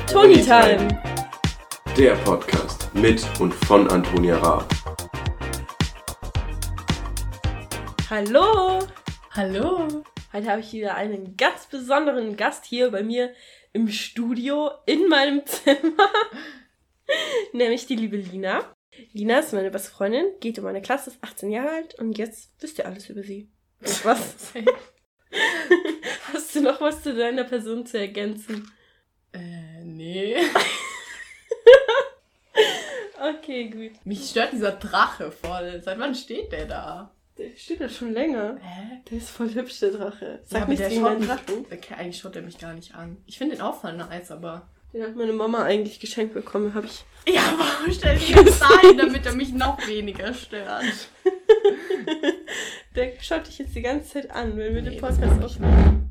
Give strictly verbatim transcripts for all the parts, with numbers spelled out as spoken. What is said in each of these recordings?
Toni Time. Der Podcast mit und von Antonia Raab. Hallo. Hallo. Heute habe ich wieder einen ganz besonderen Gast hier bei mir im Studio in meinem Zimmer. Nämlich die liebe Lina. Lina ist meine beste Freundin, geht in meine Klasse, ist achtzehn Jahre alt und jetzt wisst ihr alles über sie. Und was? Hast du noch was zu deiner Person zu ergänzen? Äh, nee. Okay, gut. Mich stört dieser Drache voll. Seit wann steht der da? Der steht da schon länger. Hä? Der ist voll hübsch, der Drache. Sag ja, nichts der gegen schaut meinen mich, Drachen. okay, eigentlich schaut er mich gar nicht an. Ich finde den auch voll nice, aber... Den hat meine Mama eigentlich geschenkt bekommen, habe ich... Ja, warum stellt ihr das ein, damit er mich noch weniger stört? Der schaut dich jetzt die ganze Zeit an, wenn wir Nee, den das Podcast mag ich aufnehmen.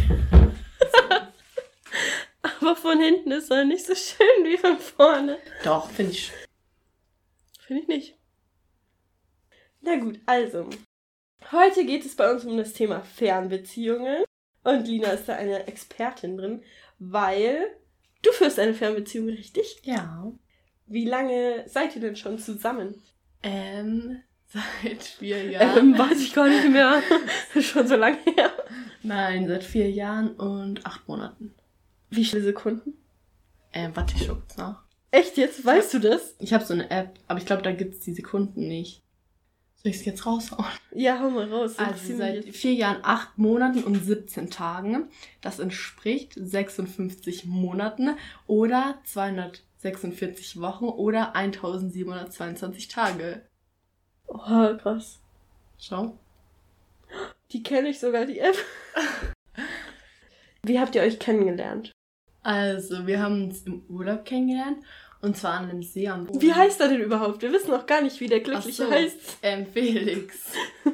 Aber von hinten ist er nicht so schön wie von vorne. Doch, finde ich... Finde ich nicht. Na gut, also. Heute geht es bei uns um das Thema Fernbeziehungen. Und Lina ist da eine Expertin drin, weil du führst eine Fernbeziehung, richtig? Ja. Wie lange seid ihr denn schon zusammen? Ähm, seit vier Jahren. Ähm, weiß ich gar nicht mehr. Schon so lange her. Nein, seit vier Jahren und acht Monaten. Wie viele Sekunden? Ähm, warte, ich schau kurz nach. Echt jetzt? Weißt du das? Ich habe so eine App, aber ich glaube, da gibt es die Sekunden nicht. Soll ich es jetzt raushauen? Ja, hau mal raus. Also seit vier Jahren, acht Monaten und siebzehn Tagen. Das entspricht sechsundfünfzig Monaten oder zweihundertsechsundvierzig Wochen oder eintausendsiebenhundertzweiundzwanzig Tage. Oh, krass. Schau. Die kenne ich sogar, die App. Wie habt ihr euch kennengelernt? Also, wir haben uns im Urlaub kennengelernt. Und zwar an einem See am Boden. Wie heißt er denn überhaupt? Wir wissen noch gar nicht, wie der Glückliche Ach so, heißt. Ähm, Felix.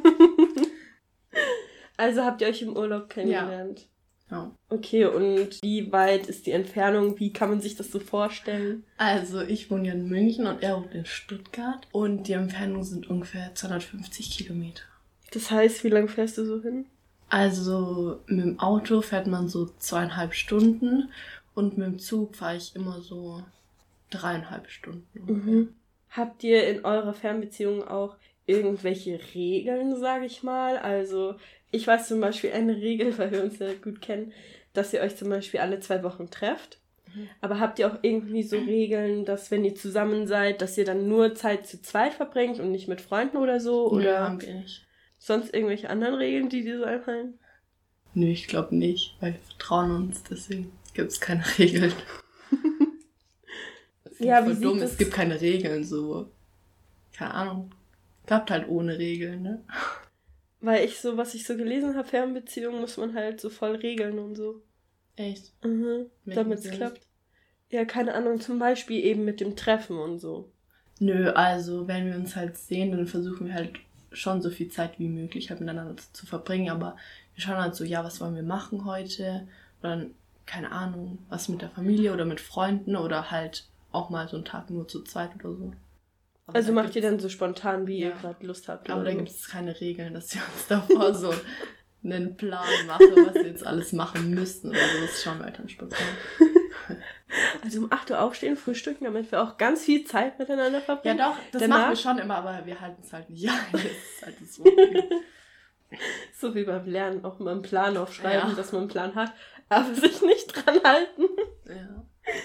Also habt ihr euch im Urlaub kennengelernt? Ja. Ja. Okay, und wie weit ist die Entfernung? Wie kann man sich das so vorstellen? Also, ich wohne ja in München und er wohnt in Stuttgart. Und die Entfernung sind ungefähr zweihundertfünfzig Kilometer. Das heißt, wie lange fährst du so hin? Also, mit dem Auto fährt man so zweieinhalb Stunden. Und mit dem Zug fahre ich immer so dreieinhalb Stunden. Mhm. Habt ihr in eurer Fernbeziehung auch irgendwelche Regeln, sage ich mal? Also ich weiß zum Beispiel eine Regel, weil wir uns ja gut kennen, dass ihr euch zum Beispiel alle zwei Wochen trefft. Mhm. Aber habt ihr auch irgendwie so Regeln, dass wenn ihr zusammen seid, dass ihr dann nur Zeit zu zweit verbringt und nicht mit Freunden oder so? Oder ja, haben wir nicht. Sonst irgendwelche anderen Regeln, die dir so einfallen? Nö, ich glaube nicht, weil wir vertrauen uns, deswegen gibt es keine Regeln. Ja, voll wie dumm, das? Es gibt keine Regeln, so. Keine Ahnung. Klappt halt ohne Regeln, ne? Weil ich so, was ich so gelesen habe, Fernbeziehungen muss man halt so voll regeln und so. Echt? Mhm, damit es klappt. Ja, keine Ahnung, zum Beispiel eben mit dem Treffen und so. Nö, also wenn wir uns halt sehen, dann versuchen wir halt schon so viel Zeit wie möglich halt miteinander zu, zu verbringen, aber wir schauen halt so, ja, was wollen wir machen heute? Oder dann, keine Ahnung, was mit der Familie oder mit Freunden oder halt auch mal so einen Tag nur zu zweit oder so. Aber Also da macht ihr dann so spontan, wie ja. ihr gerade Lust habt? Aber oder da so? gibt es keine Regeln, dass wir uns davor so einen Plan machen, was wir jetzt alles machen müssten oder so. Das schauen wir halt dann spontan. Also um acht Uhr aufstehen, frühstücken, damit wir auch ganz viel Zeit miteinander Ja verbringen. doch, das Danach- machen wir schon immer, aber wir halten es halt nicht ein. Das ist halt das Problem. So wie beim Lernen auch mal einen Plan aufschreiben, Ja. dass man einen Plan hat, aber sich nicht dran halten. Ja.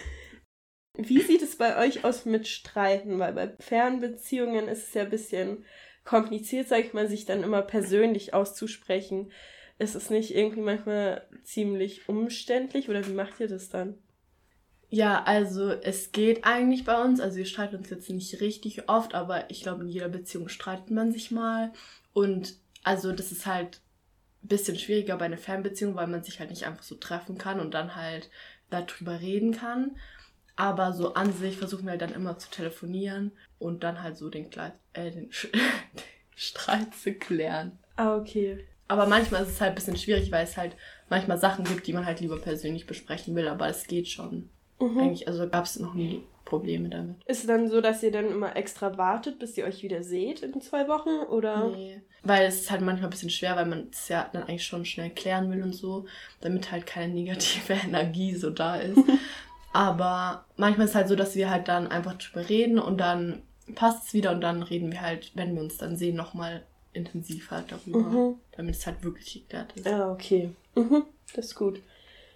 Wie sieht es bei euch aus mit Streiten? Weil bei Fernbeziehungen ist es ja ein bisschen kompliziert, sag ich mal, sich dann immer persönlich auszusprechen. Ist es nicht irgendwie manchmal ziemlich umständlich oder wie macht ihr das dann? Ja, also es geht eigentlich bei uns. Also wir streiten uns jetzt nicht richtig oft, aber ich glaube, in jeder Beziehung streitet man sich mal. Und also das ist halt ein bisschen schwieriger bei einer Fernbeziehung, weil man sich halt nicht einfach so treffen kann und dann halt darüber reden kann. Aber so an sich versuchen wir halt dann immer zu telefonieren und dann halt so den, Gleit, äh, den, Sch- den Streit zu klären. Ah, okay. Aber manchmal ist es halt ein bisschen schwierig, weil es halt manchmal Sachen gibt, die man halt lieber persönlich besprechen will, aber es geht schon. Mhm. Eigentlich, also gab es noch nie Probleme damit. Ist es dann so, dass ihr dann immer extra wartet, bis ihr euch wieder seht in zwei Wochen, oder? Nee. Weil es ist halt manchmal ein bisschen schwer, weil man es ja dann eigentlich schon schnell klären will und so, damit halt keine negative Energie so da ist. Aber manchmal ist es halt so, dass wir halt dann einfach drüber reden und dann passt es wieder und dann reden wir halt, wenn wir uns dann sehen, nochmal intensiv halt darüber, mhm. damit es halt wirklich geklärt ist. Ja, okay. Mhm. Das ist gut.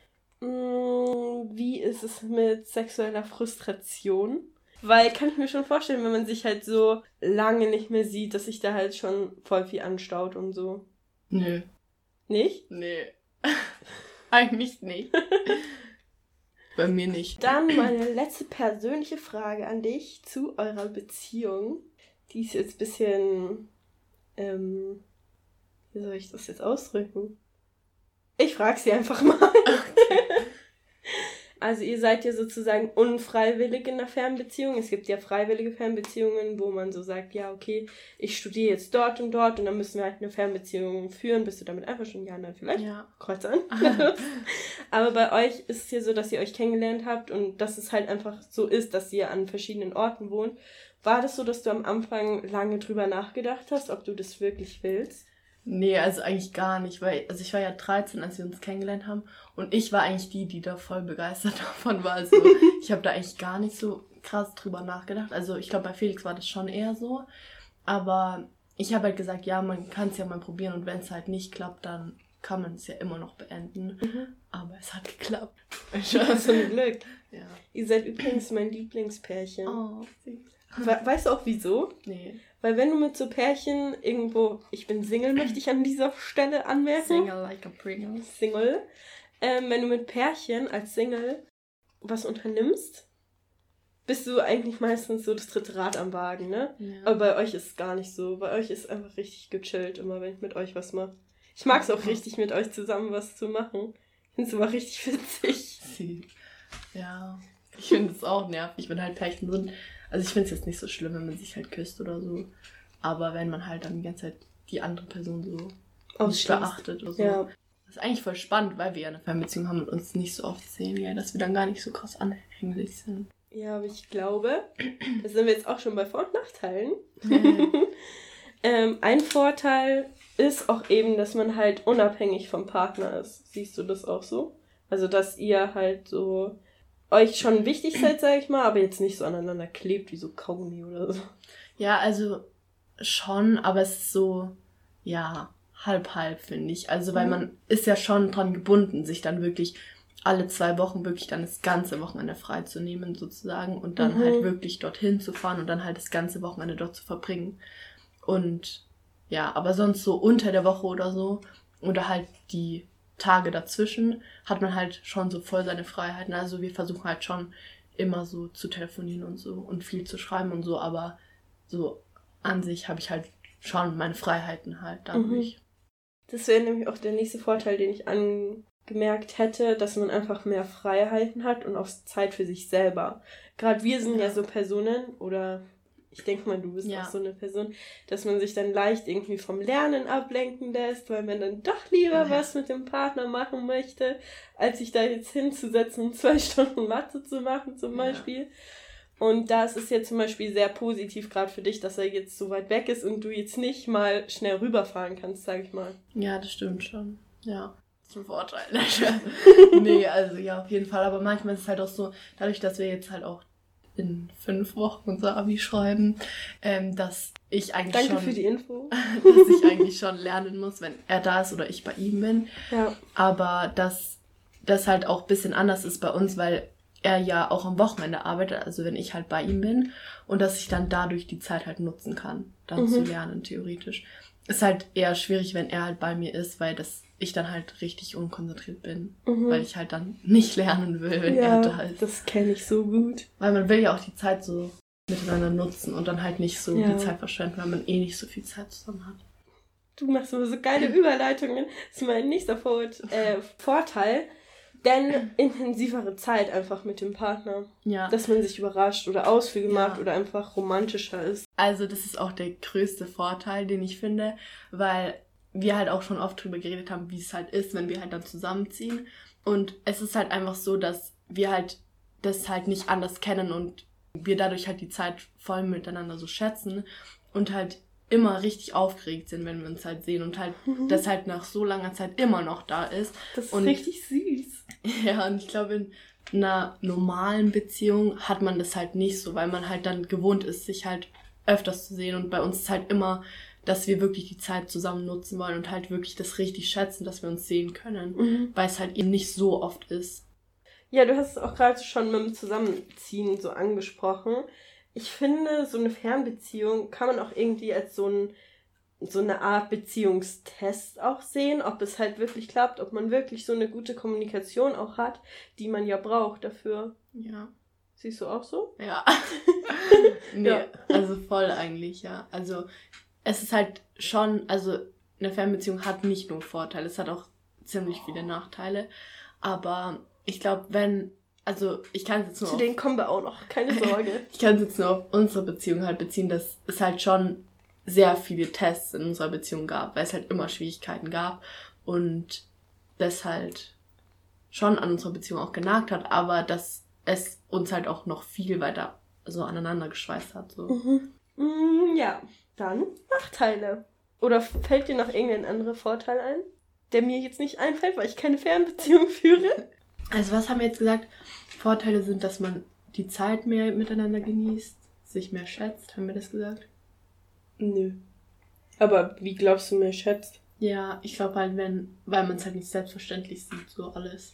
Wie ist es mit sexueller Frustration? Weil, kann ich mir schon vorstellen, wenn man sich halt so lange nicht mehr sieht, dass sich da halt schon voll viel anstaut und so. Nö. Nicht? Nee. Eigentlich nicht. Bei mir nicht. Dann meine letzte persönliche Frage an dich zu eurer Beziehung. Die ist jetzt ein bisschen, ähm, wie soll ich das jetzt ausdrücken? Ich frage sie einfach mal. Okay. Also ihr seid ja sozusagen unfreiwillig in einer Fernbeziehung. Es gibt ja freiwillige Fernbeziehungen, wo man so sagt, ja okay, ich studiere jetzt dort und dort und dann müssen wir halt eine Fernbeziehung führen. Bist du damit einfach schon ja, dann vielleicht? Ja. Kreuz an. Aber bei euch ist es ja so, dass ihr euch kennengelernt habt und dass es halt einfach so ist, dass ihr an verschiedenen Orten wohnt. War das so, dass du am Anfang lange drüber nachgedacht hast, ob du das wirklich willst? Nee, also eigentlich gar nicht, weil also ich war ja dreizehn, als wir uns kennengelernt haben und ich war eigentlich die, die da voll begeistert davon war. Also ich habe da eigentlich gar nicht so krass drüber nachgedacht. Also ich glaube, bei Felix war das schon eher so, aber ich habe halt gesagt, ja, man kann es ja mal probieren und wenn es halt nicht klappt, dann kann man es ja immer noch beenden. Mhm. Aber es hat geklappt. Zum Glück. Ja. Ihr seid übrigens mein Lieblingspärchen. Oh, süß. We- weißt du auch wieso? Nee. Weil wenn du mit so Pärchen irgendwo, ich bin Single, möchte ich an dieser Stelle anmerken. Single like a Pringle. Single. Ähm, wenn du mit Pärchen als Single was unternimmst, bist du eigentlich meistens so das dritte Rad am Wagen, ne? Ja. Aber bei euch ist es gar nicht so. Bei euch ist einfach richtig gechillt, immer wenn ich mit euch was mache. Ich mag es auch richtig, mit euch zusammen was zu machen. Ich finde es immer richtig witzig. Ja, ich finde es auch nervig, wenn halt Pärchen sind. Also ich finde es jetzt nicht so schlimm, wenn man sich halt küsst oder so. Aber wenn man halt dann die ganze Zeit die andere Person so nicht beachtet oder so. Ja. Das ist eigentlich voll spannend, weil wir ja eine Fernbeziehung haben und uns nicht so oft sehen, ja, dass wir dann gar nicht so krass anhänglich sind. Ja, aber ich glaube, da sind wir jetzt auch schon bei Vor- und Nachteilen. ähm, ein Vorteil ist auch eben, dass man halt unabhängig vom Partner ist. Siehst du das auch so? Also, dass ihr halt so euch schon wichtig seid, sag ich mal, aber jetzt nicht so aneinander klebt wie so Kaugummi oder so. Ja, also schon, aber es ist so, ja, halb-halb, finde ich. Also, weil mhm. man ist ja schon dran gebunden, sich dann wirklich alle zwei Wochen wirklich dann das ganze Wochenende frei zu nehmen, sozusagen, und dann mhm. halt wirklich dorthin zu fahren und dann halt das ganze Wochenende dort zu verbringen. Und ja, aber sonst so unter der Woche oder so, oder halt die Tage dazwischen, hat man halt schon so voll seine Freiheiten. Also wir versuchen halt schon immer so zu telefonieren und so und viel zu schreiben und so, aber so an sich habe ich halt schon meine Freiheiten halt dadurch. Mhm. Das wäre nämlich auch der nächste Vorteil, den ich angemerkt hätte, dass man einfach mehr Freiheiten hat und auch Zeit für sich selber. Gerade wir sind ja, ja so Personen, oder ich denke mal, du bist ja auch so eine Person, dass man sich dann leicht irgendwie vom Lernen ablenken lässt, weil man dann doch lieber ja. was mit dem Partner machen möchte, als sich da jetzt hinzusetzen und zwei Stunden Mathe zu machen zum Beispiel. Ja. Und da ist es jetzt zum Beispiel sehr positiv gerade für dich, dass er jetzt so weit weg ist und du jetzt nicht mal schnell rüberfahren kannst, sag ich mal. Ja, das stimmt schon. Ja, das ist ein Vorteil. Nee, also ja, auf jeden Fall. Aber manchmal ist es halt auch so, dadurch, dass wir jetzt halt auch in fünf Wochen unser Abi schreiben, ähm, dass ich eigentlich Danke schon... Danke für die Info. dass ich eigentlich schon lernen muss, wenn er da ist oder ich bei ihm bin. Ja. Aber dass das halt auch ein bisschen anders ist bei uns, weil er ja auch am Wochenende arbeitet, also wenn ich halt bei ihm bin, und dass ich dann dadurch die Zeit halt nutzen kann, dann mhm. zu lernen, theoretisch. Ist halt eher schwierig, wenn er halt bei mir ist, weil das ich dann halt richtig unkonzentriert bin, mhm. weil ich halt dann nicht lernen will, wenn ja, er da ist. Das kenne ich so gut. Weil man will ja auch die Zeit so miteinander nutzen und dann halt nicht so ja. die Zeit verschwenden, weil man eh nicht so viel Zeit zusammen hat. Du machst immer so geile Überleitungen. Das ist mein nächster Vor- äh, Vorteil. Denn intensivere Zeit einfach mit dem Partner. Ja. Dass man sich überrascht oder Ausflüge ja. macht oder einfach romantischer ist. Also das ist auch der größte Vorteil, den ich finde, weil wir halt auch schon oft drüber geredet haben, wie es halt ist, wenn wir halt dann zusammenziehen. Und es ist halt einfach so, dass wir halt das halt nicht anders kennen und wir dadurch halt die Zeit voll miteinander so schätzen und halt immer richtig aufgeregt sind, wenn wir uns halt sehen und halt, mhm. das halt nach so langer Zeit immer noch da ist. Das ist und richtig süß. Ja, und ich glaube, in einer normalen Beziehung hat man das halt nicht so, weil man halt dann gewohnt ist, sich halt öfters zu sehen. Und bei uns ist halt immer, dass wir wirklich die Zeit zusammen nutzen wollen und halt wirklich das richtig schätzen, dass wir uns sehen können, mhm. weil es halt eben nicht so oft ist. Ja, du hast es auch gerade schon mit dem Zusammenziehen so angesprochen. Ich finde, so eine Fernbeziehung kann man auch irgendwie als so, ein, so eine Art Beziehungstest auch sehen, ob es halt wirklich klappt, ob man wirklich so eine gute Kommunikation auch hat, die man ja braucht dafür. Ja. Siehst du auch so? Ja. Nee, ja. Also voll eigentlich, ja. Also es ist halt schon, also eine Fernbeziehung hat nicht nur Vorteile, es hat auch ziemlich viele Nachteile, aber ich glaube, wenn, also ich kann es jetzt nur Zu auf, denen kommen wir auch noch, keine Sorge. Ich kann es jetzt nur auf unsere Beziehung halt beziehen, dass es halt schon sehr viele Tests in unserer Beziehung gab, weil es halt immer Schwierigkeiten gab und das halt schon an unserer Beziehung auch genagt hat, aber dass es uns halt auch noch viel weiter so aneinander geschweißt hat. So. Mhm. Mm, ja, dann Nachteile. Oder fällt dir noch irgendein anderer Vorteil ein, der mir jetzt nicht einfällt, weil ich keine Fernbeziehung führe? Also was haben wir jetzt gesagt? Vorteile sind, dass man die Zeit mehr miteinander genießt, sich mehr schätzt. Haben wir das gesagt? Nö. Aber wie glaubst du, mehr schätzt? Ja, ich glaube halt, wenn, weil man es halt nicht selbstverständlich sieht, so alles.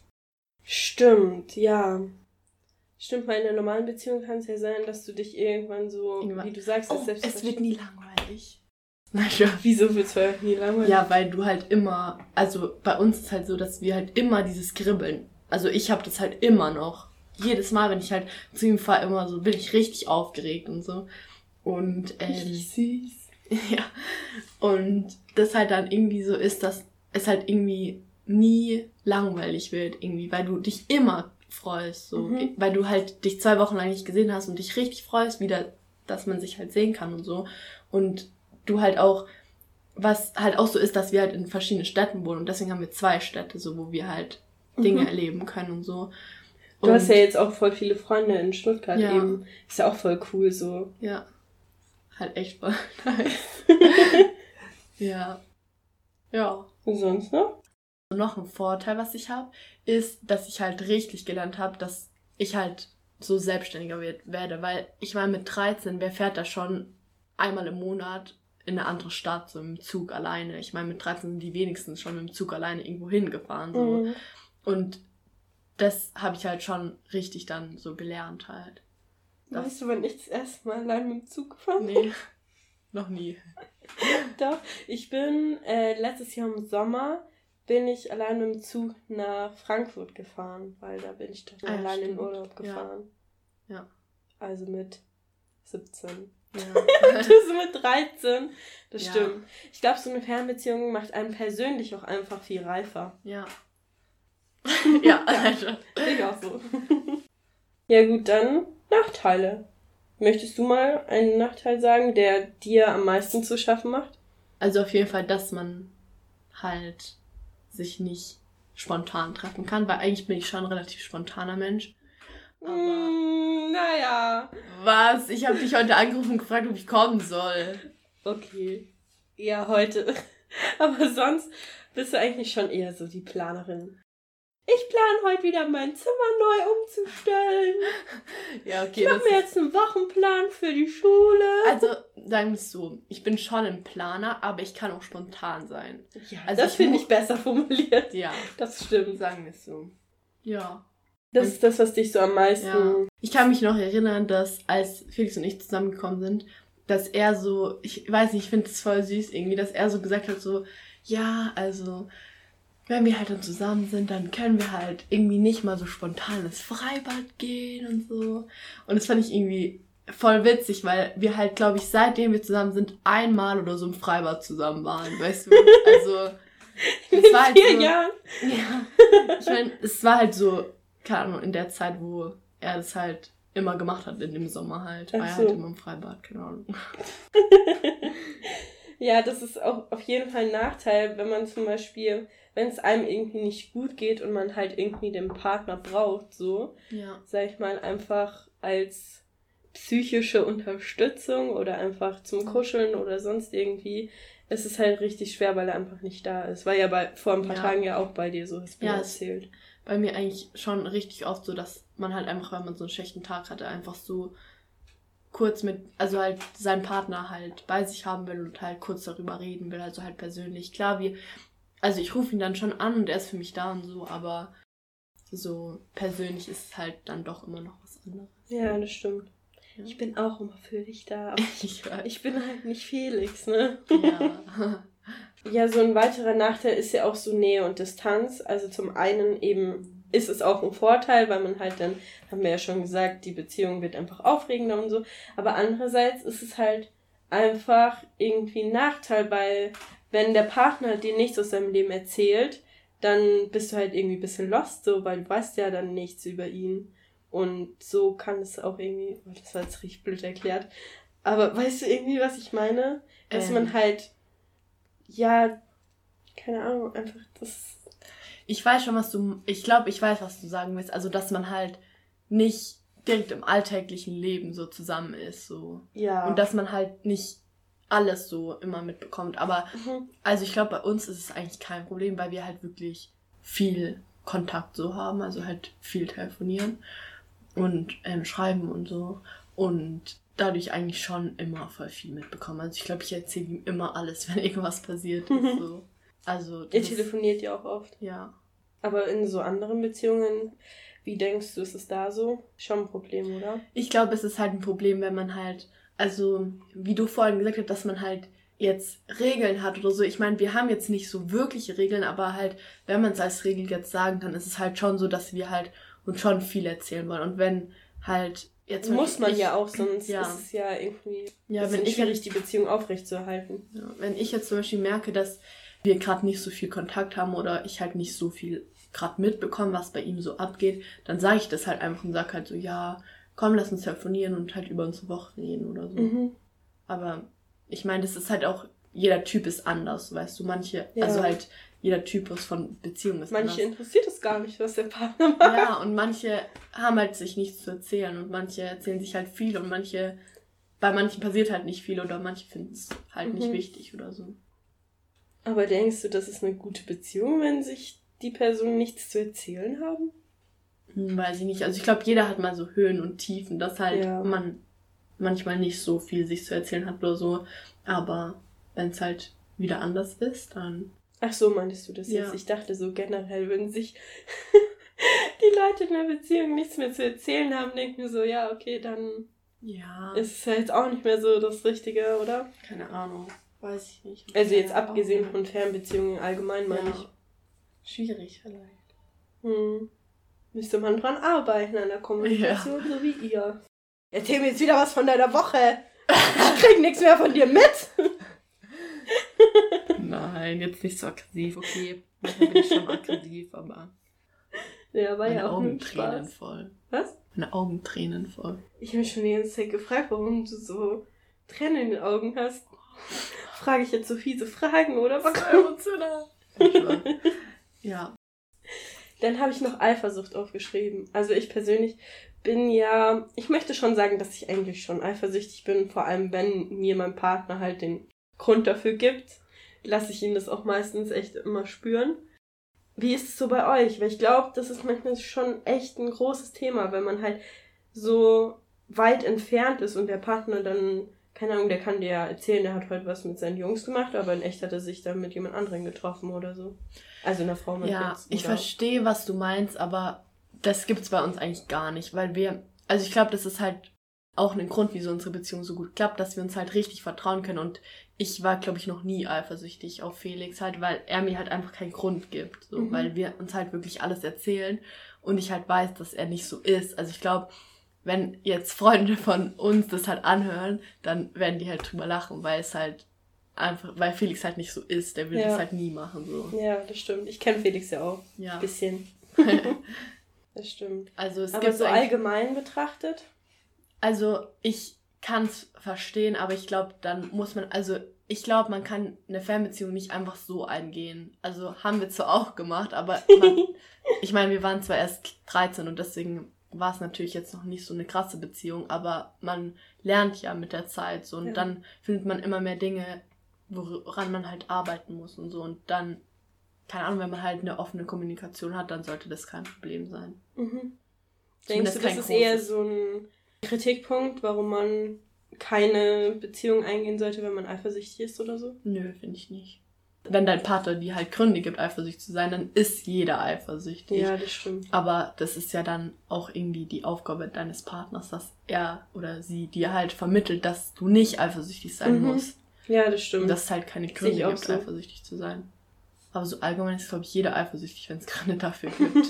Stimmt, ja. Stimmt, weil in einer normalen Beziehung kann es ja sein, dass du dich irgendwann so, irgendwann. wie du sagst, oh, es wird nie langweilig. Na schon. Wieso wird es nie langweilig? Ja, weil du halt immer, also bei uns ist es halt so, dass wir halt immer dieses Kribbeln, also ich habe das halt immer noch. Jedes Mal, wenn ich halt zu ihm fahre, immer so, bin ich richtig aufgeregt und so. Und, ähm. Richtig süß. Ja. Und das halt dann irgendwie so ist, dass es halt irgendwie nie langweilig wird, irgendwie, weil du dich immer freust, so. Mhm. Weil du halt dich zwei Wochen lang nicht gesehen hast und dich richtig freust, wieder, dass man sich halt sehen kann und so. Und du halt auch, was halt auch so ist, dass wir halt in verschiedenen Städten wohnen und deswegen haben wir zwei Städte, so, wo wir halt Dinge mhm. erleben können und so. Du und hast ja jetzt auch voll viele Freunde in Stuttgart ja. eben. Ist ja auch voll cool so. Ja. Halt echt voll nice. Ja. Ja. Und sonst noch? Noch ein Vorteil, was ich habe, ist, dass ich halt richtig gelernt habe, dass ich halt so selbstständiger wird, werde. Weil ich meine, mit dreizehn, wer fährt da schon einmal im Monat in eine andere Stadt, so im Zug alleine? Ich meine, mit dreizehn sind die wenigsten schon mit dem Zug alleine irgendwo hingefahren. So. Mhm. Und das habe ich halt schon richtig dann so gelernt halt. Weißt du, wann ich das erste Mal allein mit dem Zug gefahren bin? Nee, noch nie. Doch, ich bin äh, letztes Jahr im Sommer bin ich allein mit dem Zug nach Frankfurt gefahren, weil da bin ich doch ah, allein stimmt. in Urlaub gefahren. Ja. ja. Also mit siebzehn. Ja. Du bist mit dreizehn. Das ja. stimmt. Ich glaube, so eine Fernbeziehung macht einen persönlich auch einfach viel reifer. Ja. ja, also. Ich auch so. Ja gut, dann Nachteile. Möchtest du mal einen Nachteil sagen, der dir am meisten zu schaffen macht? Also auf jeden Fall, dass man halt sich nicht spontan treffen kann, weil eigentlich bin ich schon ein relativ spontaner Mensch. Aber mm, naja. Was? Ich habe dich heute angerufen und gefragt, ob ich kommen soll. Okay. Ja, heute. Aber sonst bist du eigentlich schon eher so die Planerin. Ich plane heute wieder mein Zimmer neu umzustellen. Ja, okay. Ich mache mir jetzt einen Wochenplan für die Schule. Also, sagen wir es so, ich bin schon ein Planer, aber ich kann auch spontan sein. Ja, also das finde ich besser formuliert. Ja. Das stimmt. Sagen wir es so. Ja. Das ist das, was dich so am meisten... Ja. Ich kann mich noch erinnern, dass als Felix und ich zusammengekommen sind, dass er so, ich weiß nicht, ich finde es voll süß irgendwie, dass er so gesagt hat so, ja, also... wenn wir halt dann zusammen sind, dann können wir halt irgendwie nicht mal so spontan ins Freibad gehen und so. Und das fand ich irgendwie voll witzig, weil wir halt, glaube ich, seitdem wir zusammen sind, einmal oder so im Freibad zusammen waren, weißt du? Also, es war halt so... Jahren. Ja, ich meine, es war halt so, keine Ahnung, in der Zeit, wo er das halt immer gemacht hat, in dem Sommer halt. War er halt immer im Freibad, keine Ahnung. Ja, das ist auch auf jeden Fall ein Nachteil, wenn man zum Beispiel... wenn es einem irgendwie nicht gut geht und man halt irgendwie den Partner braucht, so, ja. sag ich mal, einfach als psychische Unterstützung oder einfach zum Kuscheln oder sonst irgendwie, es ist halt richtig schwer, weil er einfach nicht da ist. War ja bei, vor ein paar Ja. Tagen ja auch bei dir so, hast du Ja, mir es- erzählt. Bei mir eigentlich schon richtig oft so, dass man halt einfach, wenn man so einen schlechten Tag hatte, einfach so kurz mit, also halt seinen Partner halt bei sich haben will und halt kurz darüber reden will, also halt persönlich. Klar, wir, also ich rufe ihn dann schon an und er ist für mich da und so, aber so persönlich ist es halt dann doch immer noch was anderes. Ja, das stimmt. Ja. Ich bin auch immer für dich da, aber Ich weiß. ich bin halt nicht Felix, ne? Ja. Ja, so ein weiterer Nachteil ist ja auch so Nähe und Distanz. Also zum einen eben ist es auch ein Vorteil, weil man halt dann, haben wir ja schon gesagt, die Beziehung wird einfach aufregender und so. Aber andererseits ist es halt einfach irgendwie ein Nachteil, weil wenn der Partner dir nichts aus seinem Leben erzählt, dann bist du halt irgendwie ein bisschen lost, so, weil du weißt ja dann nichts über ihn. Und so kann es auch irgendwie, oh, das war jetzt richtig blöd erklärt, aber weißt du irgendwie, was ich meine? Dass Ähm. man halt, ja, keine Ahnung, einfach das... Ich weiß schon, was du, ich glaube, ich weiß, was du sagen willst. Also, dass man halt nicht direkt im alltäglichen Leben so zusammen ist, so. Ja. Und dass man halt nicht alles so immer mitbekommt. Aber, Mhm. also ich glaube, bei uns ist es eigentlich kein Problem, weil wir halt wirklich viel Kontakt so haben, also halt viel telefonieren und ähm, schreiben und so. Und dadurch eigentlich schon immer voll viel mitbekommen. Also ich glaube, ich erzähle ihm immer alles, wenn irgendwas passiert ist, so. Also, das Ihr ist, telefoniert ja auch oft. ja. Aber in so anderen Beziehungen, wie denkst du, ist es da so? Schon ein Problem, oder? Ich glaube, es ist halt ein Problem, wenn man halt, also wie du vorhin gesagt hast, dass man halt jetzt Regeln hat oder so. Ich meine, wir haben jetzt nicht so wirkliche Regeln, aber halt, wenn man es als Regel jetzt sagen kann, ist es halt schon so, dass wir halt uns schon viel erzählen wollen. Und wenn halt jetzt... Muss man ich, ja auch, sonst ja. ist es ja irgendwie Ja, ja, wenn ich, schwierig, die Beziehung aufrechtzuerhalten. ja, wenn ich jetzt zum Beispiel merke, dass wir gerade nicht so viel Kontakt haben oder ich halt nicht so viel gerade mitbekomme, was bei ihm so abgeht, dann sage ich das halt einfach und sage halt so, ja, komm, lass uns telefonieren und halt über unsere Woche reden oder so. Mhm. Aber ich meine, das ist halt auch, jeder Typ ist anders, weißt du, manche, Ja. also halt jeder Typus von Beziehung ist Manche anders. interessiert es gar nicht, was der Partner macht. Ja, und manche haben halt sich nichts zu erzählen und manche erzählen sich halt viel und manche, bei manchen passiert halt nicht viel oder manche finden es halt nicht Mhm. wichtig oder so. Aber denkst du, das ist eine gute Beziehung, wenn sich die Personen nichts zu erzählen haben? Hm, weiß ich nicht. Also ich glaube, jeder hat mal so Höhen und Tiefen, dass halt Ja. man manchmal nicht so viel sich zu erzählen hat oder so. Aber wenn es halt wieder anders ist, dann... Ach so, meintest du das Ja. jetzt? Ich dachte so generell, wenn sich die Leute in der Beziehung nichts mehr zu erzählen haben, denken wir so, ja, okay, dann Ja, ist es ja jetzt auch nicht mehr so das Richtige, oder? keine Ahnung. Weiß ich nicht. Also jetzt Ja, abgesehen auch- von Fernbeziehungen allgemein, meine Ja. Schwierig vielleicht. ich. Hm. Müsste man dran arbeiten an der Kommunikation, so wie ihr. Erzähl mir jetzt wieder was von deiner Woche. Ich krieg nichts mehr von dir mit. Nein, jetzt nicht so aggressiv, okay. Manchmal bin ich schon aggressiv, aber Ja, war meine ja auch Augen nur tränen Spaß. voll. Was? Meine Augen tränen voll. Ich habe mich schon die ganze Zeit gefragt, warum du so Tränen in den Augen hast. Frage ich jetzt so fiese Fragen, oder? Was? emotional. Ja. Dann habe ich noch Eifersucht aufgeschrieben. Also ich persönlich bin ja, ich möchte schon sagen, dass ich eigentlich schon eifersüchtig bin, vor allem wenn mir mein Partner halt den Grund dafür gibt, lasse ich ihn das auch meistens echt immer spüren. Wie ist es so bei euch? Weil ich glaube, das ist manchmal schon echt ein großes Thema, wenn man halt so weit entfernt ist und der Partner dann, keine Ahnung, der kann dir ja erzählen, der hat heute was mit seinen Jungs gemacht, aber in echt hat er sich dann mit jemand anderem getroffen oder so. Also einer Frau mit Ja, jetzt, ich oder? verstehe, was du meinst, aber das gibt's bei uns eigentlich gar nicht, weil wir, also ich glaube, das ist halt auch ein Grund, wieso unsere Beziehung so gut klappt, dass wir uns halt richtig vertrauen können und ich war, glaube ich, noch nie eifersüchtig auf Felix halt, weil er mir halt einfach keinen Grund gibt, so, Mhm. weil wir uns halt wirklich alles erzählen und ich halt weiß, dass er nicht so ist. Also ich glaube, wenn jetzt Freunde von uns das halt anhören, dann werden die halt drüber lachen, weil es halt einfach, weil Felix halt nicht so ist, der würde Ja. das halt nie machen, so. Ja, das stimmt. Ich kenne Felix ja auch. Ja. Ein bisschen. Das stimmt. Also es Aber gibt so eigentlich- allgemein betrachtet? Also ich kann es verstehen, aber ich glaube, dann muss man, also ich glaube, man kann eine Fernbeziehung nicht einfach so eingehen. Also haben wir zwar auch gemacht, aber man, ich meine, wir waren zwar erst dreizehn und deswegen war es natürlich jetzt noch nicht so eine krasse Beziehung, aber man lernt ja mit der Zeit so und Ja. dann findet man immer mehr Dinge woran man halt arbeiten muss und so. Und dann, keine Ahnung, wenn man halt eine offene Kommunikation hat, dann sollte das kein Problem sein. Mhm. Denkst du, das ist eher so ein Kritikpunkt, warum man keine Beziehung eingehen sollte, wenn man eifersüchtig ist oder so? Nö, finde ich nicht. Wenn dein Partner dir halt Gründe gibt, eifersüchtig zu sein, dann ist jeder eifersüchtig. Ja, das stimmt. Aber das ist ja dann auch irgendwie die Aufgabe deines Partners, dass er oder sie dir halt vermittelt, dass du nicht eifersüchtig sein mhm. musst. Ja, das stimmt. Und dass es halt keine Gründe gibt, so. eifersüchtig zu sein. Aber so allgemein ist, glaube ich, jeder eifersüchtig, wenn es Gründe dafür gibt.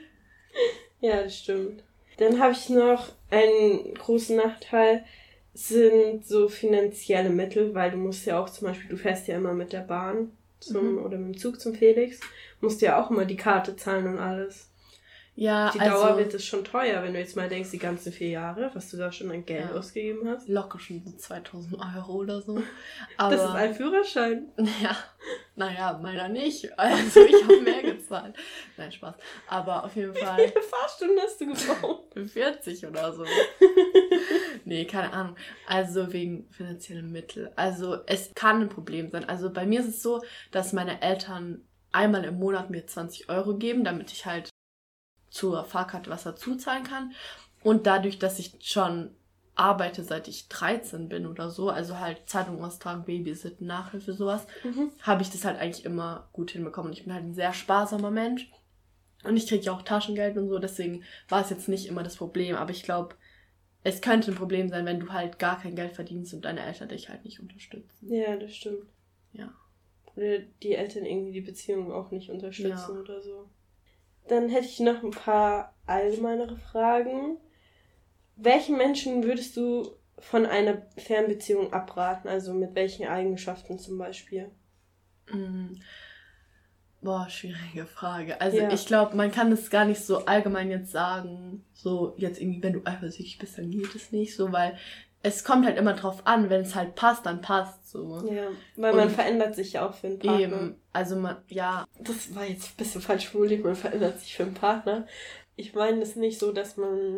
Ja, das stimmt. Dann habe ich noch einen großen Nachteil, sind so finanzielle Mittel, weil du musst ja auch zum Beispiel, du fährst ja immer mit der Bahn zum mhm. oder mit dem Zug zum Felix, musst ja auch immer die Karte zahlen und alles. Ja, die also... Dauer wird es schon teuer, wenn du jetzt mal denkst, die ganzen vier Jahre, was du da schon an Geld ja. ausgegeben hast. Locker schon so zweitausend Euro oder so. Aber, das ist ein Führerschein. Ja, naja, meiner nicht. Also ich habe mehr gezahlt. Nein, Spaß. Aber auf jeden Fall... Wie viele Fahrstunden hast du gebraucht? vierzig oder so. Nee, keine Ahnung. Also wegen finanziellen Mitteln. Also es kann ein Problem sein. Also bei mir ist es so, dass meine Eltern einmal im Monat mir zwanzig Euro geben, damit ich halt zur Fahrkarte was dazu zahlen kann. Und dadurch, dass ich schon arbeite, seit ich dreizehn bin oder so, also halt Zeitung austragen, Babysitten, Nachhilfe, sowas, mhm. habe ich das halt eigentlich immer gut hinbekommen. Und ich bin halt ein sehr sparsamer Mensch. Und ich kriege ja auch Taschengeld und so, deswegen war es jetzt nicht immer das Problem. Aber ich glaube, es könnte ein Problem sein, wenn du halt gar kein Geld verdienst und deine Eltern dich halt nicht unterstützen. Ja, das stimmt. Ja. Oder die Eltern irgendwie die Beziehung auch nicht unterstützen ja. oder so. Dann hätte ich noch ein paar allgemeinere Fragen. Welchen Menschen würdest du von einer Fernbeziehung abraten? Also mit welchen Eigenschaften zum Beispiel? Mm. Boah, schwierige Frage. Also ja. ich glaube, man kann es gar nicht so allgemein jetzt sagen, so jetzt irgendwie, wenn du eifersüchtig bist, dann geht es nicht so, weil es kommt halt immer drauf an, wenn es halt passt, dann passt so. Ja, weil und man verändert sich ja auch für einen Partner. Eben, also man, ja. Das war jetzt ein bisschen falsch formuliert, man verändert sich für einen Partner. Ich meine es nicht so, dass man...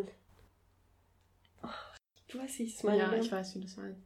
Oh, du weißt, wie ich es meine. Ja, ich weiß, wie du es meinst.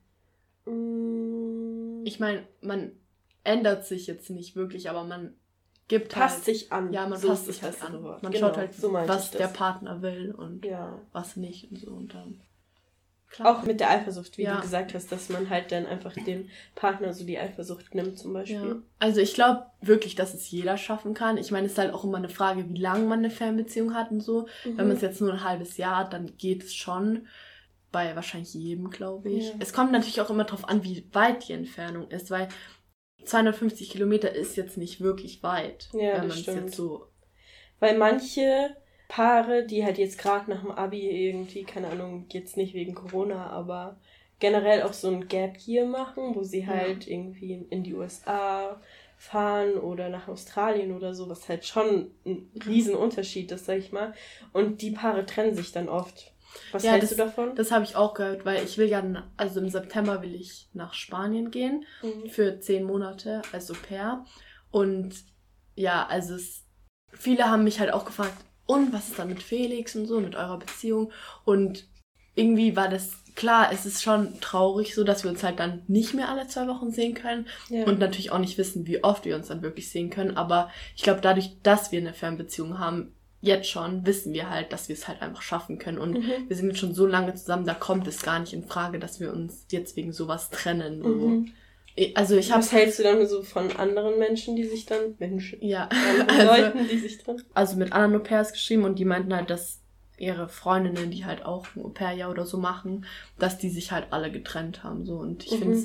Mm. Ich meine, man ändert sich jetzt nicht wirklich, aber man gibt passt halt, sich an. Ja, man so passt sich halt an. Man genau, schaut halt, so was der Partner will und ja. was nicht und so und dann... Klar. Auch mit der Eifersucht, wie ja. du gesagt hast, dass man halt dann einfach dem Partner so die Eifersucht nimmt zum Beispiel. Ja. Also ich glaube wirklich, dass es jeder schaffen kann. Ich meine, es ist halt auch immer eine Frage, wie lange man eine Fernbeziehung hat und so. Mhm. Wenn man es jetzt nur ein halbes Jahr hat, dann geht es schon. Bei wahrscheinlich jedem, glaube ich. Ja. Es kommt natürlich auch immer drauf an, wie weit die Entfernung ist, weil zweihundertfünfzig Kilometer ist jetzt nicht wirklich weit. Ja, wenn das stimmt. Jetzt so weil manche Paare, die halt jetzt gerade nach dem Abi irgendwie, keine Ahnung, jetzt nicht wegen Corona, aber generell auch so ein Gap Year machen, wo sie halt ja. irgendwie in die U S A fahren oder nach Australien oder so, was halt schon ein riesen Unterschied ist, sag ich mal. Und die Paare trennen sich dann oft. Was ja, hältst das, du davon? Das habe ich auch gehört, weil ich will ja, also im September will ich nach Spanien gehen mhm. für zehn Monate als Au pair. Und ja, also es, viele haben mich halt auch gefragt, und was ist dann mit Felix und so, mit eurer Beziehung? Und irgendwie war das, klar, es ist schon traurig so, dass wir uns halt dann nicht mehr alle zwei Wochen sehen können. Ja. Und natürlich auch nicht wissen, wie oft wir uns dann wirklich sehen können. Aber ich glaube, dadurch, dass wir eine Fernbeziehung haben, jetzt schon, wissen wir halt, dass wir es halt einfach schaffen können. Und mhm. wir sind jetzt schon so lange zusammen, da kommt es gar nicht in Frage, dass wir uns jetzt wegen sowas trennen. Mhm. So. Also ich Was hältst du dann so von anderen Menschen, die sich dann... Menschen? Ja. Also, Leuten, die sich trennen? Also mit anderen Au-pairs geschrieben und die meinten halt, dass ihre Freundinnen, die halt auch ein Au-pair-Jahr oder so machen, dass die sich halt alle getrennt haben. So. Und ich mhm. finde es...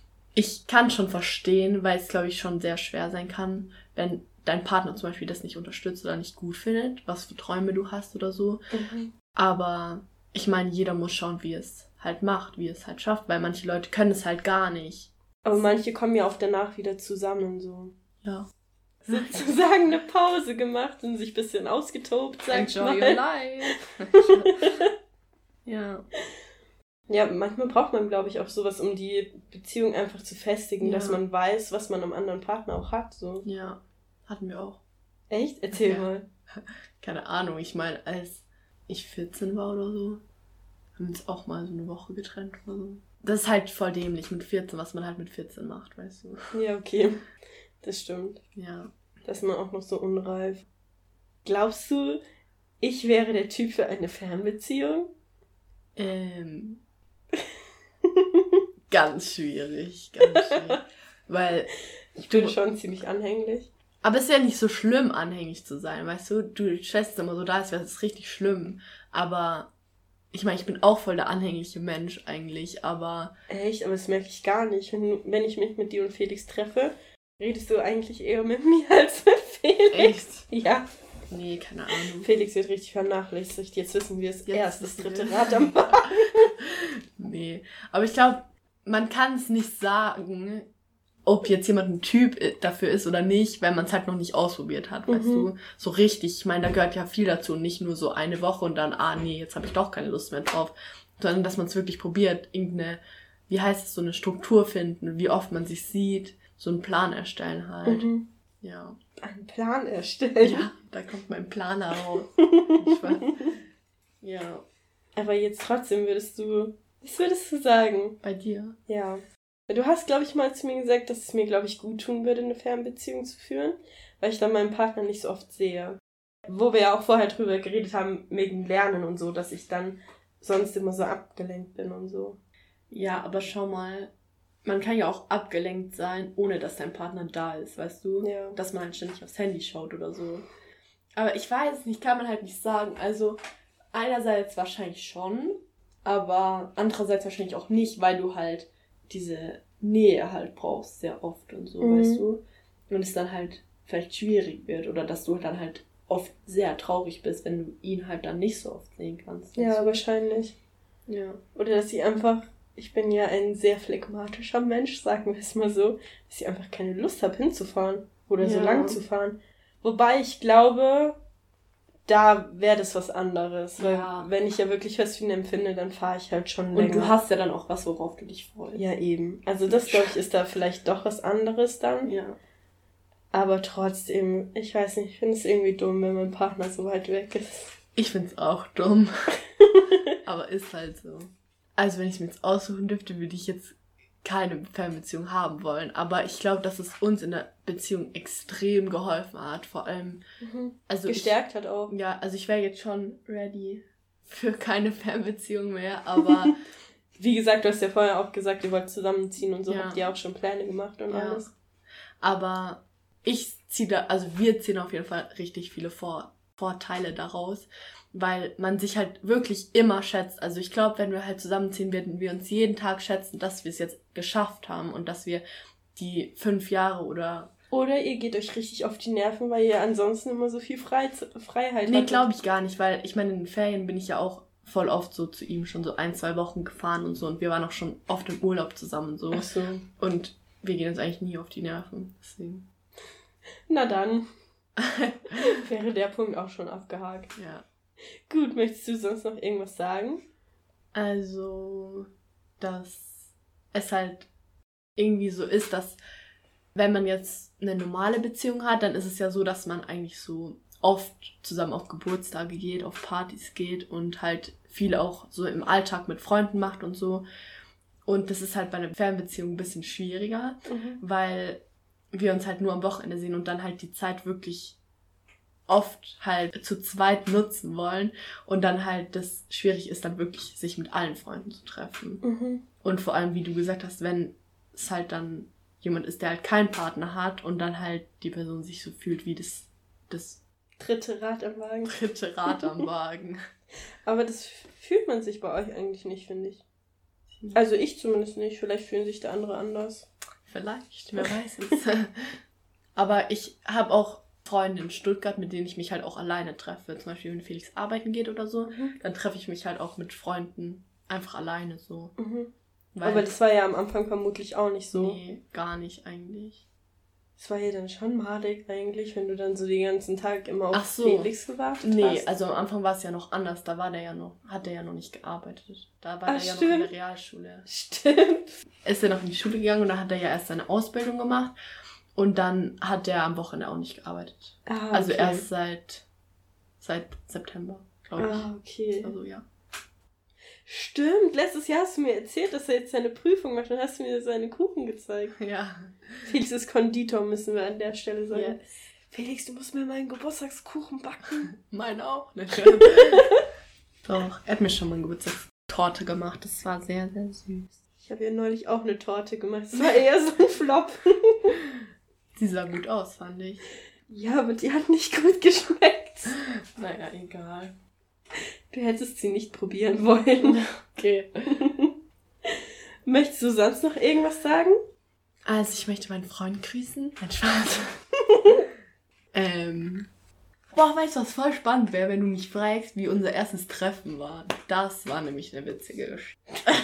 Ich kann schon verstehen, weil es, glaube ich, schon sehr schwer sein kann, wenn dein Partner zum Beispiel das nicht unterstützt oder nicht gut findet, was für Träume du hast oder so. Mhm. Aber ich meine, jeder muss schauen, wie es halt macht, wie es halt schafft, weil manche Leute können es halt gar nicht. Aber manche kommen ja auch danach wieder zusammen, so. Ja. Sozusagen eine Pause gemacht und sich ein bisschen ausgetobt, sag ich mal. Enjoy your life. Ja. Ja, manchmal braucht man, glaube ich, auch sowas, um die Beziehung einfach zu festigen, ja. dass man weiß, was man am anderen Partner auch hat, so. Ja, hatten wir auch. Echt? Erzähl ja. mal. Keine Ahnung, ich meine, als ich vierzehn war oder so, haben wir uns auch mal so eine Woche getrennt oder so. das ist halt voll dämlich mit vierzehn, was man halt mit vierzehn macht, weißt du. Ja, okay. Das stimmt. Ja. Da ist man auch noch so unreif. Glaubst du, ich wäre der Typ für eine Fernbeziehung? Ähm. ganz schwierig, ganz schwierig. Weil ich bin schon ziemlich anhänglich. Aber es ist ja nicht so schlimm, anhängig zu sein, weißt du? Du stellst immer so da, als wäre es richtig schlimm. Aber ich meine, ich bin auch voll der anhängliche Mensch eigentlich, aber... Echt? Aber das merke ich gar nicht. Wenn, wenn ich mich mit dir und Felix treffe, redest du eigentlich eher mit mir als mit Felix. Echt? Ja. Nee, keine Ahnung. Felix wird richtig vernachlässigt. Jetzt wissen wir es Jetzt erst, das dritte wir. Rad am Wagen. Nee, aber ich glaube, man kann es nicht sagen, ob jetzt jemand ein Typ dafür ist oder nicht, wenn man es halt noch nicht ausprobiert hat, mhm. weißt du? So richtig, ich meine, da gehört ja viel dazu und nicht nur so eine Woche und dann, ah nee, jetzt habe ich doch keine Lust mehr drauf, sondern dass man es wirklich probiert, irgendeine, wie heißt es, so eine Struktur finden, wie oft man sich sieht, so einen Plan erstellen halt. Mhm. Ja. Einen Plan erstellen? Ja, da kommt mein Planer raus. Ja. Aber jetzt trotzdem würdest du, was würdest du sagen? Bei dir? Ja. Du hast, glaube ich, mal zu mir gesagt, dass es mir, glaube ich, gut tun würde, eine Fernbeziehung zu führen, weil ich dann meinen Partner nicht so oft sehe. Wo wir ja auch vorher drüber geredet haben, wegen Lernen und so, dass ich dann sonst immer so abgelenkt bin und so. Ja, aber schau mal, man kann ja auch abgelenkt sein, ohne dass dein Partner da ist, weißt du? Ja. Dass man halt ständig aufs Handy schaut oder so. Aber ich weiß nicht, kann man halt nicht sagen. Also einerseits wahrscheinlich schon, aber andererseits wahrscheinlich auch nicht, weil du halt diese Nähe halt brauchst sehr oft und so, mhm. weißt du? Und es dann halt vielleicht schwierig wird oder dass du dann halt oft sehr traurig bist, wenn du ihn halt dann nicht so oft sehen kannst. Ja, du? wahrscheinlich. Ja. Oder dass ich einfach, ich bin ja ein sehr phlegmatischer Mensch, sagen wir es mal so, dass ich einfach keine Lust habe hinzufahren oder ja. so lang zu fahren. Wobei ich glaube, da wäre das was anderes. Weil ja. wenn ich ja wirklich was für ihn empfinde, dann fahre ich halt schon länger. Und du hast ja dann auch was, worauf du dich freust. Ja, eben. Also das, glaube ich, ist da vielleicht doch was anderes dann. Ja. Aber trotzdem, ich weiß nicht, ich finde es irgendwie dumm, wenn mein Partner so weit weg ist. Ich finde es auch dumm. Aber ist halt so. Also wenn ich mir jetzt aussuchen dürfte, würde ich jetzt keine Fernbeziehung haben wollen. Aber ich glaube, dass es uns in der Beziehung extrem geholfen hat. Vor allem... Mhm. Also gestärkt ich, hat auch. Ja, also ich wäre jetzt schon ready für keine Fernbeziehung mehr, aber... Wie gesagt, du hast ja vorher auch gesagt, ihr wollt zusammenziehen und so. Ja. Habt ihr auch schon Pläne gemacht und ja. alles. Aber ich ziehe da... Also wir ziehen auf jeden Fall richtig viele Vor- Vorteile daraus, weil man sich halt wirklich immer schätzt. Also ich glaube, wenn wir halt zusammenziehen, werden wir uns jeden Tag schätzen, dass wir es jetzt geschafft haben und dass wir die fünf Jahre oder... Oder ihr geht euch richtig auf die Nerven, weil ihr ansonsten immer so viel Frei- Freiheit Nee, glaube ich gar nicht, weil ich meine, in den Ferien bin ich ja auch voll oft so zu ihm schon so ein, zwei Wochen gefahren und so und wir waren auch schon oft im Urlaub zusammen so. Ach so. Und wir gehen uns eigentlich nie auf die Nerven, deswegen. Na dann. Wäre der Punkt auch schon abgehakt. Ja. Gut, möchtest du sonst noch irgendwas sagen? Also, dass es halt irgendwie so ist, dass wenn man jetzt eine normale Beziehung hat, dann ist es ja so, dass man eigentlich so oft zusammen auf Geburtstage geht, auf Partys geht und halt viel auch so im Alltag mit Freunden macht und so. Und das ist halt bei einer Fernbeziehung ein bisschen schwieriger, mhm. weil wir uns halt nur am Wochenende sehen und dann halt die Zeit wirklich oft halt zu zweit nutzen wollen und dann halt das schwierig ist, dann wirklich sich mit allen Freunden zu treffen. Mhm. Und vor allem, wie du gesagt hast, wenn es halt dann jemand ist, der halt keinen Partner hat und dann halt die Person sich so fühlt wie das, das dritte Rad am Wagen. Dritte Rad am Wagen. Aber das fühlt man sich bei euch eigentlich nicht, finde ich. Also ich zumindest nicht. Vielleicht fühlen sich der andere anders. Vielleicht, wer weiß es. Aber ich habe auch Freunde in Stuttgart, mit denen ich mich halt auch alleine treffe. Zum Beispiel, wenn Felix arbeiten geht oder so, mhm. dann treffe ich mich halt auch mit Freunden einfach alleine so. Mhm. Weil Aber das war ja am Anfang vermutlich auch nicht so. Nee, gar nicht eigentlich. Das war ja dann schon madig eigentlich, wenn du dann so den ganzen Tag immer auf so. Felix gewartet nee, hast. Nee, also am Anfang war es ja noch anders. Da war der ja noch, hat der ja noch nicht gearbeitet. Da war Ach, der ja stimmt. noch in der Realschule. Stimmt. Ist er noch in die Schule gegangen und dann hat er ja erst seine Ausbildung gemacht. Und dann hat der am Wochenende auch nicht gearbeitet. Ah, okay. Also erst seit, seit September, glaube ich. Ah, okay. Also ja. Stimmt, letztes Jahr hast du mir erzählt, dass er jetzt seine Prüfung macht und hast du mir seine Kuchen gezeigt. Ja. Felix ist Konditor, müssen wir an der Stelle sagen. Yes. Felix, du musst mir meinen Geburtstagskuchen backen. Mein auch. Nicht. Doch, er hat mir schon mal eine Geburtstagstorte gemacht. Das war sehr, sehr süß. Ich habe ja neulich auch eine Torte gemacht. Das war eher so ein Flop. Sie sah gut aus, fand ich. Ja, aber die hat nicht gut geschmeckt. Naja, egal. Du hättest sie nicht probieren wollen. Okay. Möchtest du sonst noch irgendwas sagen? Also, ich möchte meinen Freund grüßen. Ein Spaß. ähm. Boah, weißt du, was voll spannend wäre, wenn du mich fragst, wie unser erstes Treffen war. Das war nämlich eine witzige Geschichte.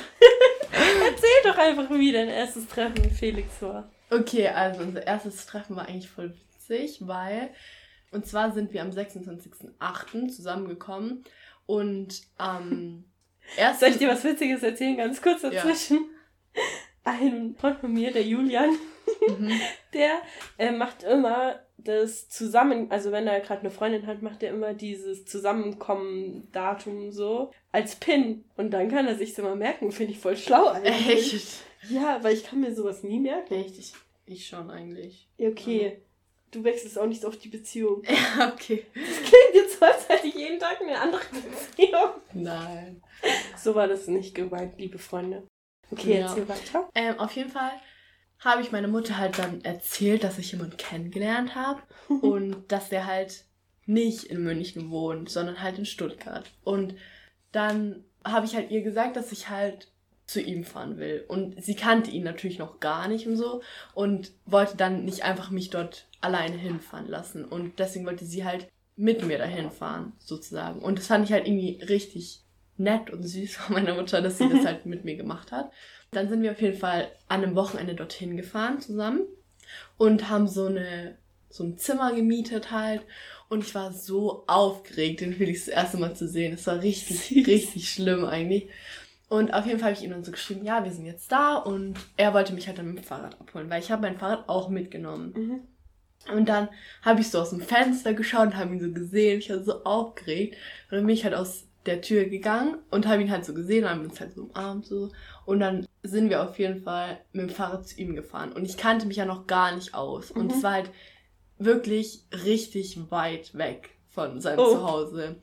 Erzähl doch einfach, wie dein erstes Treffen mit Felix war. Okay, also unser erstes Treffen war eigentlich voll witzig, weil... Und zwar sind wir am sechsundzwanzigsten achten zusammengekommen und am ersten... Soll ich dir was Witziges erzählen, ganz kurz dazwischen? Ja. Ein Freund von mir, der Julian, mhm. der äh, macht immer das Zusammen... Also wenn er gerade eine Freundin hat, macht er immer dieses Zusammenkommen-Datum so als Pin. Und dann kann er sich so mal merken. Finde ich voll schlau eigentlich. Echt? Ja, weil ich kann mir sowas nie merken. Echt? Ich, ich schon eigentlich. Ja, okay. Ja. Du wechselst auch nicht auf die Beziehung. Ja, okay. Das klingt jetzt so, als hätte ich jeden Tag eine andere Beziehung. Nein. So war das nicht gemeint, liebe Freunde. Okay, ja. erzähl weiter. Ähm, auf jeden Fall habe ich meiner Mutter halt dann erzählt, dass ich jemanden kennengelernt habe und dass der halt nicht in München wohnt, sondern halt in Stuttgart. Und dann habe ich halt ihr gesagt, dass ich halt zu ihm fahren will. Und sie kannte ihn natürlich noch gar nicht und so und wollte dann nicht einfach mich dort alleine hinfahren lassen. Und deswegen wollte sie halt mit mir dahin fahren, sozusagen. Und das fand ich halt irgendwie richtig nett und süß von meiner Mutter, dass sie das halt mit mir gemacht hat. Dann sind wir auf jeden Fall an einem Wochenende dorthin gefahren zusammen und haben so eine so ein Zimmer gemietet halt. Und ich war so aufgeregt, den Felix das erste Mal zu sehen. Es war richtig, süß. richtig schlimm eigentlich. Und auf jeden Fall habe ich ihm dann so geschrieben, ja, wir sind jetzt da. Und er wollte mich halt dann mit dem Fahrrad abholen, weil ich habe mein Fahrrad auch mitgenommen. Mhm. Und dann habe ich so aus dem Fenster geschaut und habe ihn so gesehen. Ich war so aufgeregt. Und dann bin ich halt aus der Tür gegangen und habe ihn halt so gesehen, haben uns halt so umarmt so. Und dann sind wir auf jeden Fall mit dem Fahrrad zu ihm gefahren. Und ich kannte mich ja noch gar nicht aus. Und mhm. es war halt wirklich richtig weit weg von seinem oh. Zuhause.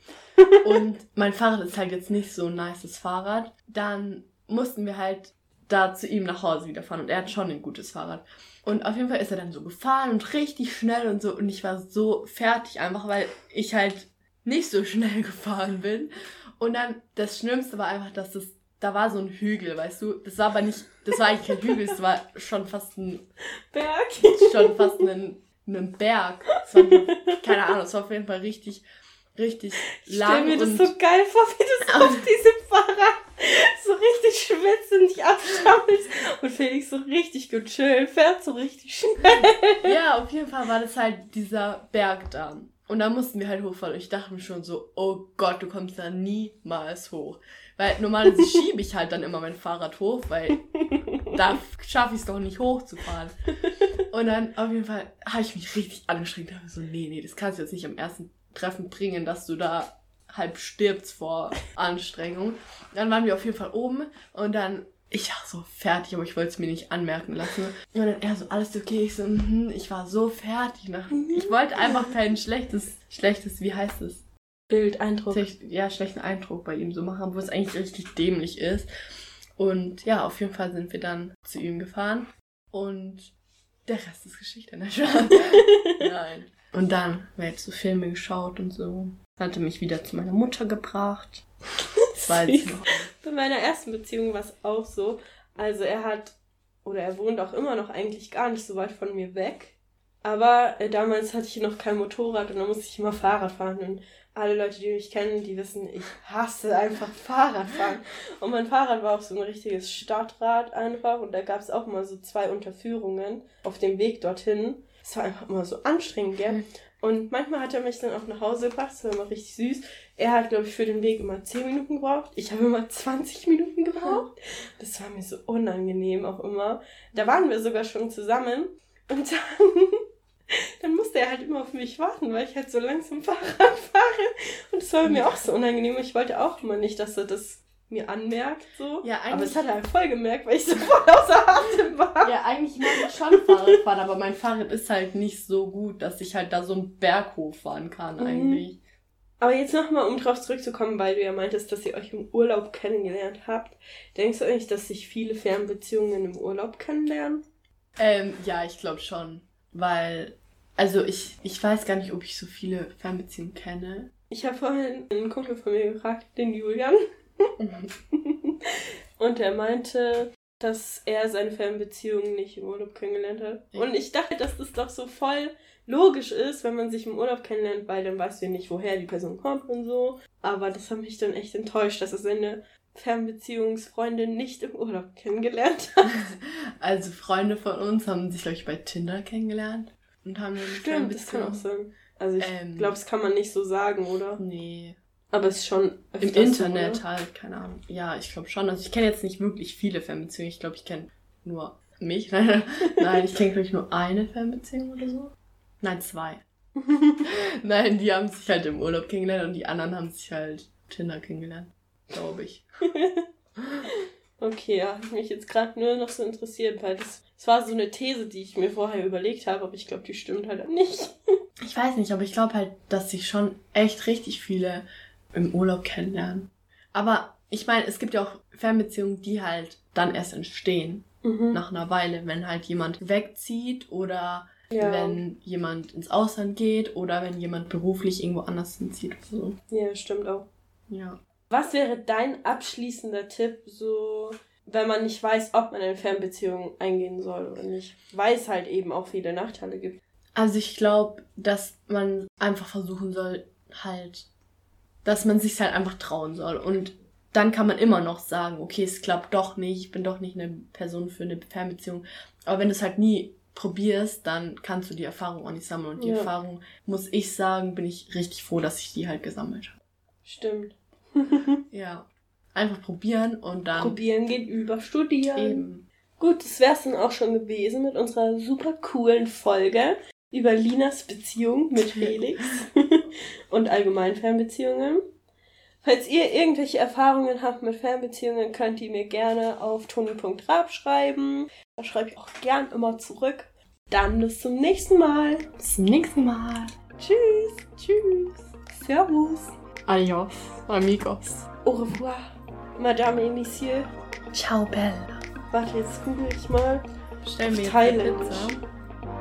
Und mein Fahrrad ist halt jetzt nicht so ein nices Fahrrad. Dann mussten wir halt da zu ihm nach Hause wieder fahren. Und er hat schon ein gutes Fahrrad. Und auf jeden Fall ist er dann so gefahren und richtig schnell und so. Und ich war so fertig einfach, weil ich halt nicht so schnell gefahren bin. Und dann, das Schlimmste war einfach, dass das, da war so ein Hügel, weißt du. Das war aber nicht, das war eigentlich kein Hügel, es war schon fast ein Berg. Schon fast ein, ein Berg. Es war, keine Ahnung, es war auf jeden Fall richtig, richtig lang. Ich stell mir das so geil vor, wie du so auf diesem Fahrrad so richtig schwitzt und dich abstammelst. Und Felix so richtig gut chillen, fährt so richtig schnell. Ja, auf jeden Fall war das halt dieser Berg da. Und da mussten wir halt hochfahren. Und ich dachte mir schon so, oh Gott, du kommst da niemals hoch. Weil normalerweise schiebe ich halt dann immer mein Fahrrad hoch, weil da schaffe ich es doch nicht hochzufahren. Und dann auf jeden Fall habe ich mich richtig angestrengt. Da habe ich so, nee, nee, das kannst du jetzt nicht am ersten Treffen bringen, dass du da halb stirbst vor Anstrengung. Dann waren wir auf jeden Fall oben und dann, ich war so fertig, aber ich wollte es mir nicht anmerken lassen. Und dann er so, alles okay? Ich so, mm, ich war so fertig. Nach, ich wollte einfach kein schlechtes, schlechtes, wie heißt es? Bild, Eindruck. Ja, schlechten Eindruck bei ihm so machen, wo es eigentlich richtig dämlich ist. Und ja, auf jeden Fall sind wir dann zu ihm gefahren. Und der Rest ist Geschichte, ne? Nein. Und dann haben wir jetzt so Filme geschaut und so. Hatte mich wieder zu meiner Mutter gebracht. Das war jetzt noch. Bei meiner ersten Beziehung war es auch so. Also er hat, oder er wohnt auch immer noch eigentlich gar nicht so weit von mir weg. Aber äh, damals hatte ich noch kein Motorrad und dann musste ich immer Fahrrad fahren. Und alle Leute, die mich kennen, die wissen, ich hasse einfach Fahrradfahren. Und mein Fahrrad war auch so ein richtiges Stadtrad einfach. Und da gab es auch immer so zwei Unterführungen auf dem Weg dorthin. Es war einfach immer so anstrengend, gell? Und manchmal hat er mich dann auch nach Hause gebracht. Das war immer richtig süß. Er hat, glaube ich, für den Weg immer zehn Minuten gebraucht. Ich habe immer zwanzig Minuten gebraucht. Das war mir so unangenehm auch immer. Da waren wir sogar schon zusammen. Und dann, dann musste er halt immer auf mich warten, weil ich halt so langsam Fahrrad fahre. Und das war mir auch so unangenehm. Ich wollte auch immer nicht, dass er das mir anmerkt, so. Ja, aber es hat er halt voll gemerkt, weil ich so voll außer Atem war. Ja, eigentlich mag ich schon Fahrrad fahren, aber mein Fahrrad ist halt nicht so gut, dass ich halt da so einen Berg hochfahren kann, mhm. eigentlich. Aber jetzt nochmal, um drauf zurückzukommen, weil du ja meintest, dass ihr euch im Urlaub kennengelernt habt. Denkst du eigentlich, dass sich viele Fernbeziehungen im Urlaub kennenlernen? Ähm, ja, ich glaube schon. Weil, also ich, ich weiß gar nicht, ob ich so viele Fernbeziehungen kenne. Ich habe vorhin einen Kumpel von mir gefragt, den Julian. Und er meinte, dass er seine Fernbeziehung nicht im Urlaub kennengelernt hat. Ja. Und ich dachte, dass das doch so voll logisch ist, wenn man sich im Urlaub kennenlernt, weil dann weißt du ja nicht, woher die Person kommt und so. Aber das hat mich dann echt enttäuscht, dass er seine Fernbeziehungsfreundin nicht im Urlaub kennengelernt hat. Also Freunde von uns haben sich, glaube ich, bei Tinder kennengelernt und haben eine Stimmt, das kann auch sein. Also ich ähm, glaube, das kann man nicht so sagen, oder? Nee. Aber es ist schon im Internet so, halt, keine Ahnung. Ja, ich glaube schon. Also ich kenne jetzt nicht wirklich viele Fernbeziehungen. Ich glaube, ich kenne nur mich. Nein, ich kenne, glaube ich, nur eine Fernbeziehung oder so. Nein, zwei. Nein, die haben sich halt im Urlaub kennengelernt und die anderen haben sich halt Tinder kennengelernt. Glaube ich. Okay, ja, hat mich jetzt gerade nur noch so interessiert, weil das, das war so eine These, die ich mir vorher überlegt habe, aber ich glaube, die stimmt halt nicht. Ich weiß nicht, aber ich glaube halt, dass sich schon echt richtig viele im Urlaub kennenlernen. Aber ich meine, es gibt ja auch Fernbeziehungen, die halt dann erst entstehen, mhm. nach einer Weile, wenn halt jemand wegzieht oder ja. wenn jemand ins Ausland geht oder wenn jemand beruflich irgendwo anders hinzieht oder so. Ja, stimmt auch. Ja. Was wäre dein abschließender Tipp, so, wenn man nicht weiß, ob man eine Fernbeziehung eingehen soll oder nicht? Weil es halt eben auch viele Nachteile gibt. Also ich glaube, dass man einfach versuchen soll, halt, dass man sich halt einfach trauen soll. Und dann kann man immer noch sagen, okay, es klappt doch nicht, ich bin doch nicht eine Person für eine Fernbeziehung. Aber wenn du es halt nie probierst, dann kannst du die Erfahrung auch nicht sammeln. Und die ja. Erfahrung, muss ich sagen, bin ich richtig froh, dass ich die halt gesammelt habe. Stimmt. Ja, einfach probieren und dann... Probieren geht über Studieren. Eben. Gut, das wär's dann auch schon gewesen mit unserer super coolen Folge über Linas Beziehung mit Felix und allgemein Fernbeziehungen. Falls ihr irgendwelche Erfahrungen habt mit Fernbeziehungen, könnt ihr mir gerne auf toni punkt rab schreiben. Da schreibe ich auch gern immer zurück. Dann bis zum nächsten Mal. Bis zum nächsten Mal. Tschüss. Tschüss. Servus. Adios, amigos. Au revoir, Madame et Monsieur. Ciao, Bella. Warte, jetzt google ich mal. Bestell mir Thailändisch. Pizza.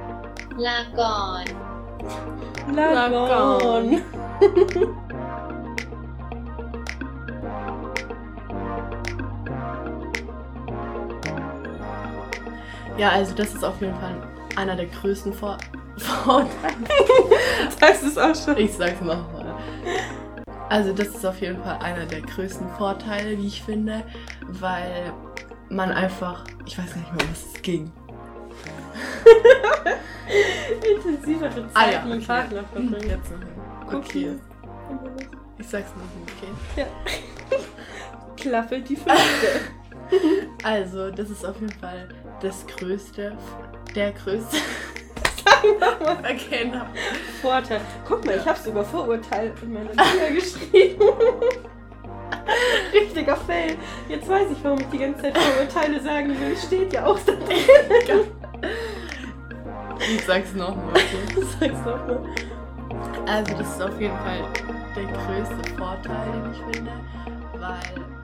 Lagon. Lagon. Ja, also das ist auf jeden Fall einer der größten Vor- Vorteile. Sagst du es auch schon? Ich sag's nochmal. Also das ist auf jeden Fall einer der größten Vorteile, wie ich finde, weil man einfach, ich weiß gar nicht mehr, um was es ging. Intensivere Zeit ah, ja, mit okay. Partner verbringen. Jetzt noch. Okay. Ich sag's noch, okay? Ja. Klappelt die Fünfte. Also, das ist auf jeden Fall das Größte, der Größte. Okay, no. Vorteil. Guck mal, ja. Ich habe sogar Vorurteil in meiner Bücher geschrieben. Richtiger Fail. Jetzt weiß ich, warum ich die ganze Zeit Vorurteile sagen will. Steht ja auch da drin. Ich sag's nochmal. Okay? Sag's nochmal. Also das ist auf jeden Fall der größte Vorteil, den ich finde, weil